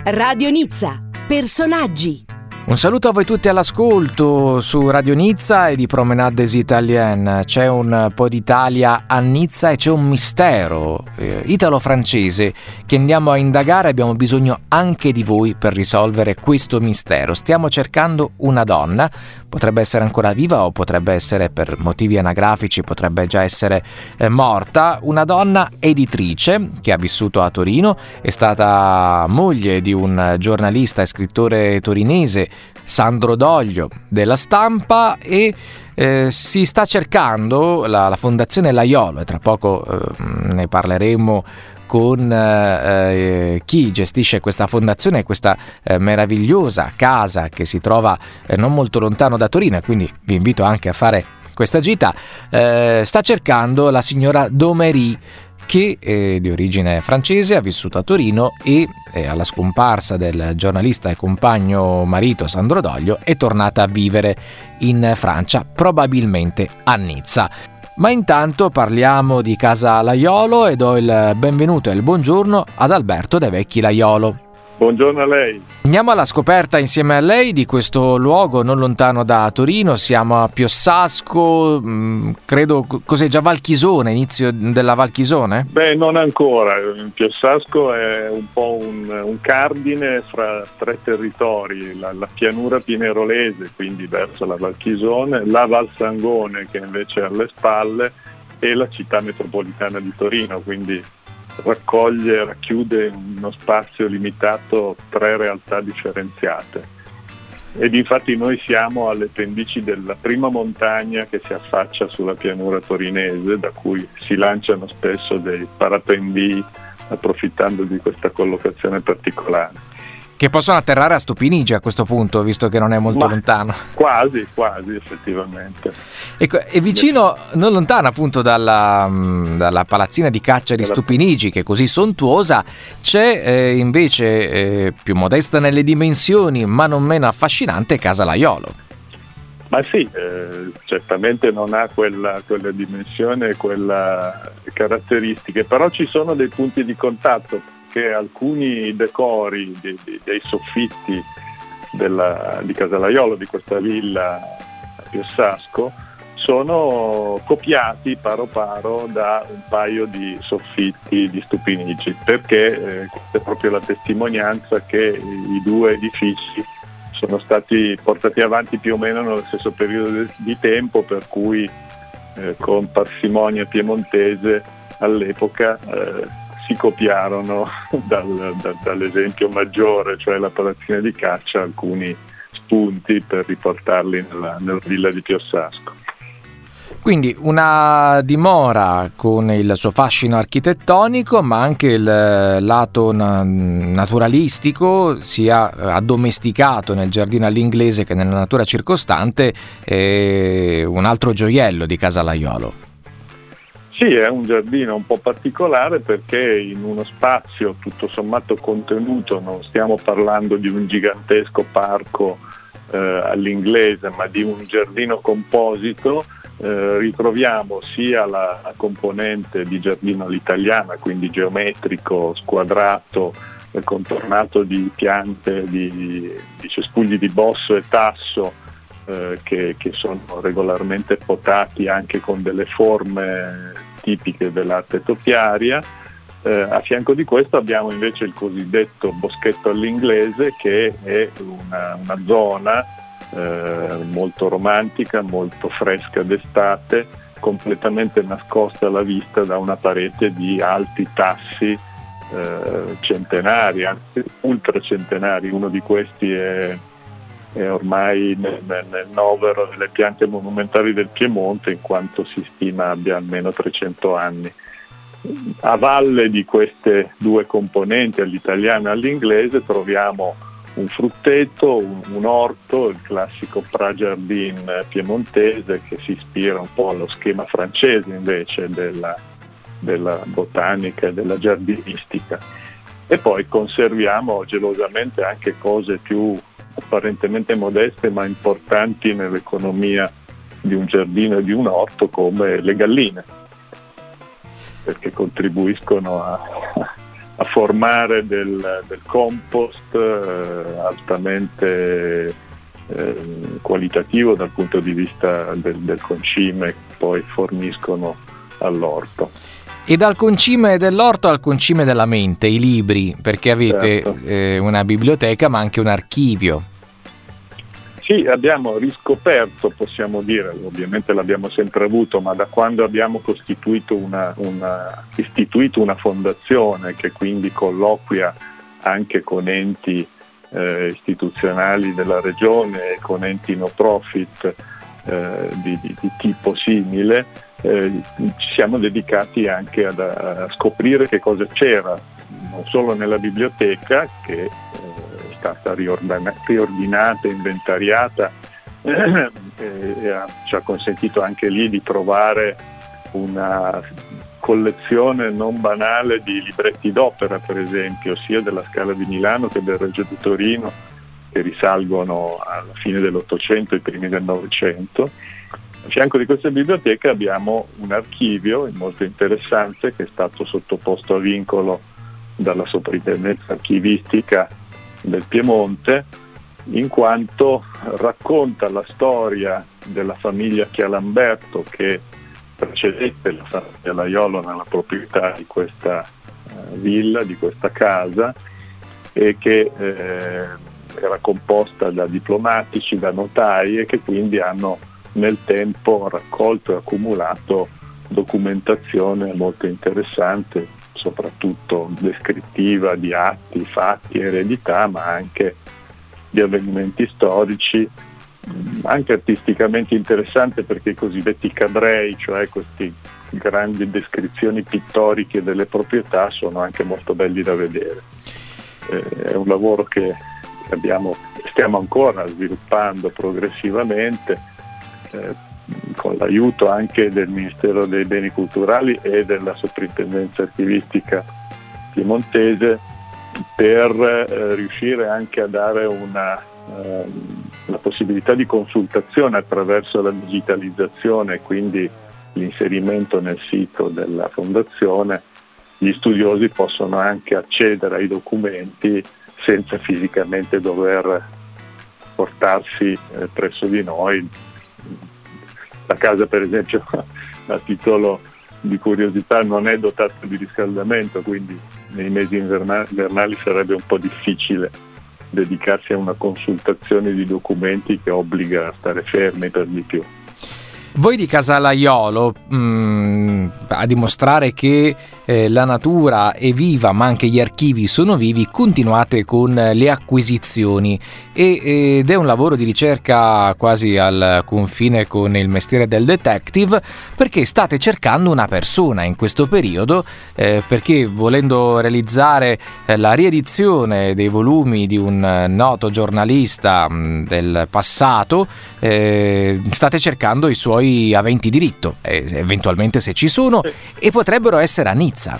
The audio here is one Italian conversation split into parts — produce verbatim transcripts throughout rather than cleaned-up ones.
Radio Nizza. Personaggi. Un saluto a voi tutti all'ascolto su Radio Nizza e di Promenade des Italiennes. C'è un po' d'Italia a Nizza e c'è un mistero eh, italo-francese che andiamo a indagare. Abbiamo bisogno anche di voi per risolvere questo mistero. Stiamo cercando una donna, potrebbe essere ancora viva o potrebbe essere, per motivi anagrafici, potrebbe già essere eh, morta. Una donna editrice che ha vissuto a Torino, è stata moglie di un giornalista e scrittore torinese, Sandro Doglio, della Stampa, e eh, si sta cercando la, la Fondazione Laiolo, e tra poco eh, ne parleremo con eh, chi gestisce questa fondazione, questa eh, meravigliosa casa che si trova eh, non molto lontano da Torino, e quindi vi invito anche a fare questa gita. Eh, sta cercando la signora Domery, che è di origine francese, ha vissuto a Torino e eh, alla scomparsa del giornalista e compagno marito Sandro Doglio è tornata a vivere in Francia, probabilmente a Nizza. Ma intanto parliamo di Casa Laiolo e do il benvenuto e il buongiorno ad Alberto De Vecchi Laiolo. Buongiorno a lei. Andiamo alla scoperta insieme a lei di questo luogo non lontano da Torino. Siamo a Piossasco, mh, credo, cos'è, già Valchisone, inizio della Valchisone? Beh, non ancora. Piossasco è un po' un, un cardine fra tre territori, la, la pianura pinerolese, quindi verso la Valchisone, la Val Sangone, che invece è alle spalle, e la città metropolitana di Torino, quindi raccoglie, racchiude in uno spazio limitato tre realtà differenziate. Ed infatti noi siamo alle pendici della prima montagna che si affaccia sulla pianura torinese, da cui si lanciano spesso dei parapendii, approfittando di questa collocazione particolare. Che possono atterrare a Stupinigi a questo punto, visto che non è molto Ma lontano. Quasi, quasi effettivamente. Ecco, è vicino, non lontano appunto dalla, dalla palazzina di caccia di Stupinigi, che è così sontuosa. C'è eh, invece, eh, più modesta nelle dimensioni, ma non meno affascinante, Casa Laiolo. Ma sì, eh, certamente non ha quella, quella dimensione, quella caratteristiche, però ci sono dei punti di contatto, che alcuni decori dei, dei soffitti della, di Casa Laiolo, di questa villa a Piossasco, sono copiati paro paro da un paio di soffitti di Stupinigi, perché eh, questa è proprio la testimonianza che i due edifici sono stati portati avanti più o meno nello stesso periodo di tempo, per cui eh, con parsimonia piemontese all'epoca eh, si copiarono dal, da, dall'esempio maggiore, cioè la palazzina di caccia, alcuni spunti per riportarli nella, nella villa di Piossasco. Quindi una dimora con il suo fascino architettonico, ma anche il lato na- naturalistico, sia addomesticato nel giardino all'inglese che nella natura circostante, è un altro gioiello di Casa Laiolo. Sì, è un giardino un po' particolare perché in uno spazio tutto sommato contenuto, non stiamo parlando di un gigantesco parco eh, all'inglese, ma di un giardino composito, eh, ritroviamo sia la, la componente di giardino all'italiana, quindi geometrico, squadrato, eh, contornato di piante, di, di cespugli di bosso e tasso, Eh, che, che sono regolarmente potati anche con delle forme tipiche dell'arte topiaria. Eh, a fianco di questo abbiamo invece il cosiddetto boschetto all'inglese, che è una, una zona eh, molto romantica, molto fresca d'estate, completamente nascosta alla vista da una parete di alti tassi eh, centenari, anzi ultracentenari. Uno di questi è è ormai nel, nel novero delle piante monumentali del Piemonte, in quanto si stima abbia almeno trecento anni. A valle di queste due componenti, all'italiana e all'inglese, troviamo un frutteto, un, un orto, il classico Pragiardin piemontese, che si ispira un po' allo schema francese invece della, della botanica e della giardinistica. E poi conserviamo gelosamente anche cose più apparentemente modeste ma importanti nell'economia di un giardino e di un orto, come le galline, perché contribuiscono a, a formare del, del compost eh, altamente eh, qualitativo dal punto di vista del, del concime che poi forniscono all'orto. E dal concime dell'orto al concime della mente, i libri, perché avete certo. eh, una biblioteca ma anche un archivio. Sì, abbiamo riscoperto, possiamo dire, ovviamente l'abbiamo sempre avuto, ma da quando abbiamo costituito una, una, istituito una fondazione che quindi colloquia anche con enti eh, istituzionali della regione e con enti no profit eh, di, di, di tipo simile, eh, ci siamo dedicati anche ad, a scoprire che cosa c'era, non solo nella biblioteca, che eh, stata riordinata, inventariata eh, e ci ha consentito anche lì di trovare una collezione non banale di libretti d'opera, per esempio, sia della Scala di Milano che del Regio di Torino, che risalgono alla fine dell'Ottocento e i primi del Novecento. A fianco di questa biblioteca abbiamo un archivio molto interessante che è stato sottoposto a vincolo dalla Soprintendenza Archivistica del Piemonte, in quanto racconta la storia della famiglia Chialamberto che precedette la famiglia Laiolo nella proprietà di questa uh, villa, di questa casa, e che eh, era composta da diplomatici, da notai, e che quindi hanno nel tempo raccolto e accumulato documentazione molto interessante, soprattutto descrittiva di atti, fatti, eredità, ma anche di avvenimenti storici, anche artisticamente interessante, perché i cosiddetti cadrei, cioè queste grandi descrizioni pittoriche delle proprietà, sono anche molto belli da vedere. Eh, è un lavoro che abbiamo, stiamo ancora sviluppando progressivamente, eh, con l'aiuto anche del Ministero dei Beni Culturali e della Soprintendenza Archivistica piemontese, per eh, riuscire anche a dare una, eh, la possibilità di consultazione attraverso la digitalizzazione, quindi l'inserimento nel sito della Fondazione. Gli studiosi possono anche accedere ai documenti senza fisicamente dover portarsi eh, presso di noi. La casa, per esempio, a titolo di curiosità, non è dotata di riscaldamento, quindi nei mesi inverna- invernali sarebbe un po' difficile dedicarsi a una consultazione di documenti che obbliga a stare fermi per di più. Voi di Casa Laiolo, mh, a dimostrare che eh, la natura è viva ma anche gli archivi sono vivi, continuate con le acquisizioni e, ed è un lavoro di ricerca quasi al confine con il mestiere del detective, perché state cercando una persona in questo periodo, eh, perché volendo realizzare eh, la riedizione dei volumi di un noto giornalista mh, del passato, eh, state cercando i suoi aventi diritto, eh, eventualmente se ci sono, e potrebbero essere a Nizza.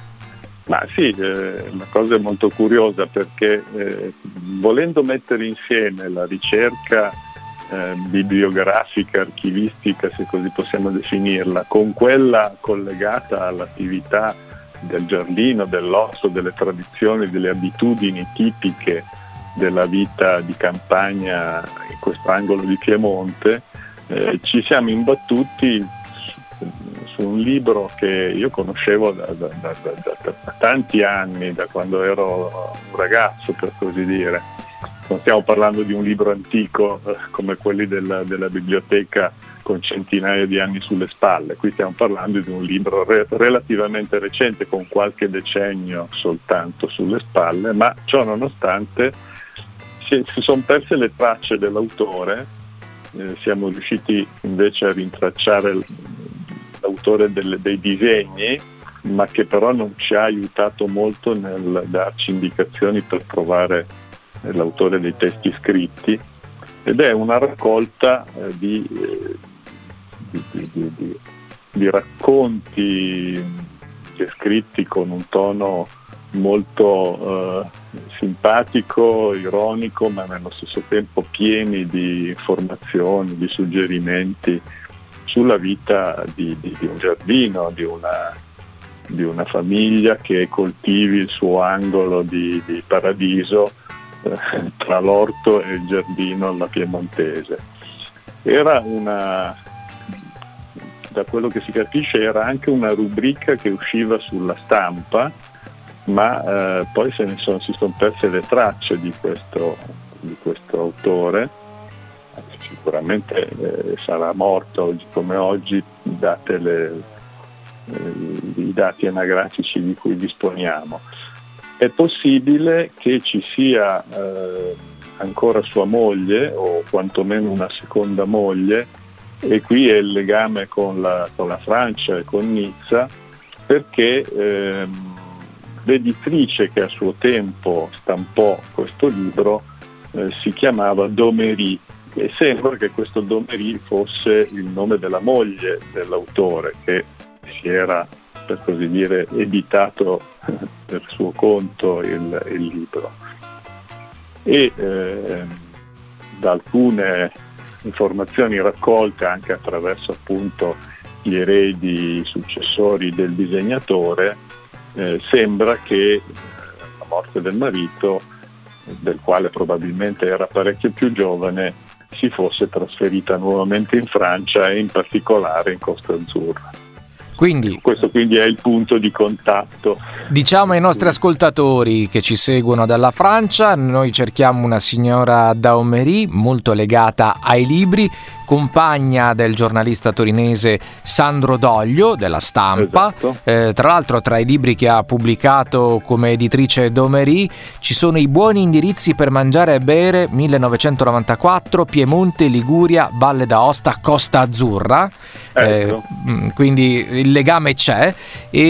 Ma sì, eh, una cosa molto curiosa, perché eh, volendo mettere insieme la ricerca eh, bibliografica, archivistica, se così possiamo definirla, con quella collegata all'attività del giardino, dell'orto, delle tradizioni, delle abitudini tipiche della vita di campagna in questo angolo di Piemonte, Eh, ci siamo imbattuti su, su un libro che io conoscevo da, da, da, da, da tanti anni, da quando ero un ragazzo, per così dire. Non stiamo parlando di un libro antico eh, come quelli della, della biblioteca con centinaia di anni sulle spalle. Qui stiamo parlando di un libro re, relativamente recente, con qualche decennio soltanto sulle spalle, ma ciò nonostante si, si sono perse le tracce dell'autore. Eh, siamo riusciti invece a rintracciare l'autore delle, dei disegni, ma che però non ci ha aiutato molto nel darci indicazioni per trovare eh, l'autore dei testi scritti, ed è una raccolta eh, di, eh, di, di, di, di, di racconti descritti con un tono molto eh, simpatico, ironico, ma nello stesso tempo pieni di informazioni, di suggerimenti sulla vita di, di, di un giardino, di una, di una famiglia che coltivi il suo angolo di, di paradiso eh, tra l'orto e il giardino alla piemontese. Era una, da quello che si capisce, era anche una rubrica che usciva sulla stampa, ma eh, poi se ne sono, si sono perse le tracce di questo, di questo autore. Sicuramente eh, sarà morto oggi come oggi, date le, eh, i dati anagrafici di cui disponiamo. È possibile che ci sia eh, ancora sua moglie, o quantomeno una seconda moglie, e qui è il legame con la, con la Francia e con Nizza, perché ehm, l'editrice che a suo tempo stampò questo libro eh, si chiamava Domery, e sembra che questo Domery fosse il nome della moglie dell'autore, che si era, per così dire, editato per suo conto il, il libro. E eh, da alcune informazioni raccolte anche attraverso appunto gli eredi successori del disegnatore, eh, sembra che eh, la morte del marito, del quale probabilmente era parecchio più giovane, si fosse trasferita nuovamente in Francia e in particolare in Costa Azzurra. Quindi, questo quindi è il punto di contatto. Diciamo ai nostri ascoltatori che ci seguono dalla Francia, noi cerchiamo una signora Daumery molto legata ai libri, compagna del giornalista torinese Sandro Doglio della Stampa. Esatto. Eh, tra l'altro, tra i libri che ha pubblicato come editrice Daumery ci sono I buoni indirizzi per mangiare e bere millenovecentonovantaquattro, Piemonte, Liguria, Valle d'Aosta, Costa Azzurra. Ecco. Eh, quindi il legame c'è, e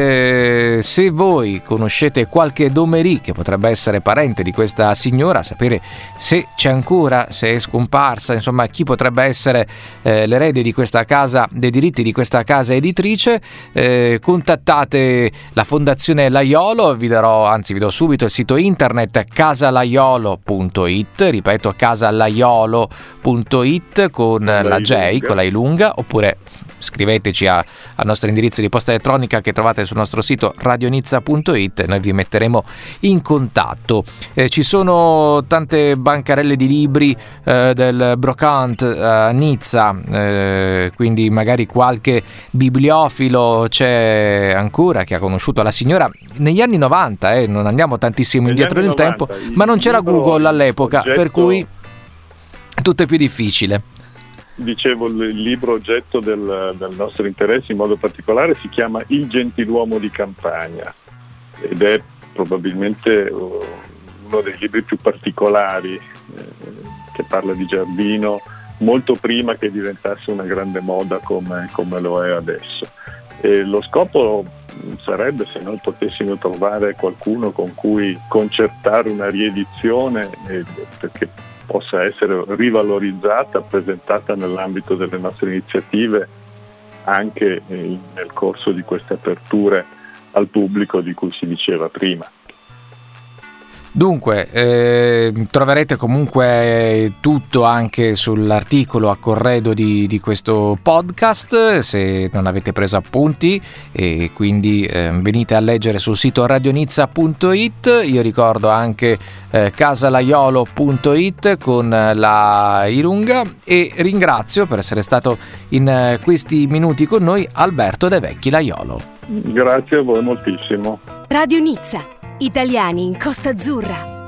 eh, se voi conoscete qualche Daumery che potrebbe essere parente di questa signora, sapere se c'è ancora, se è scomparsa, insomma chi potrebbe essere eh, l'erede di questa casa, dei diritti di questa casa editrice, eh, contattate la Fondazione Laiolo. Vi darò, anzi vi do subito il sito internet casalaiolo punto it, ripeto casalaiolo punto it con la, la J, con la I lunga, oppure scriveteci a, al nostro indirizzo di posta elettronica che trovate sul nostro sito radionizza punto it e noi vi metteremo in contatto. Eh, ci sono tante bancarelle di libri eh, del Brocante a Nizza, eh, quindi magari qualche bibliofilo c'è ancora che ha conosciuto la signora negli anni novanta, eh, non andiamo tantissimo negli indietro nel novanta, tempo, ma non c'era Google all'epoca, oggetto, per cui tutto è più difficile. Dicevo, il libro oggetto del, del nostro interesse in modo particolare si chiama Il gentiluomo di campagna ed è probabilmente uno dei libri più particolari eh, che parla di giardino molto prima che diventasse una grande moda come, come lo è adesso. E lo scopo sarebbe, se noi potessimo trovare qualcuno con cui concertare una riedizione, eh, perché possa essere rivalorizzata, presentata nell'ambito delle nostre iniziative anche eh, nel corso di queste aperture al pubblico di cui si diceva prima. Dunque, eh, troverete comunque tutto anche sull'articolo a corredo di, di questo podcast, se non avete preso appunti, e quindi eh, venite a leggere sul sito radionizza punto it. Io ricordo anche eh, casalaiolo punto it con la I lunga, e ringrazio per essere stato in eh, questi minuti con noi Alberto De Vecchi Laiolo. Grazie a voi moltissimo. Radio Nizza. Italiani in Costa Azzurra.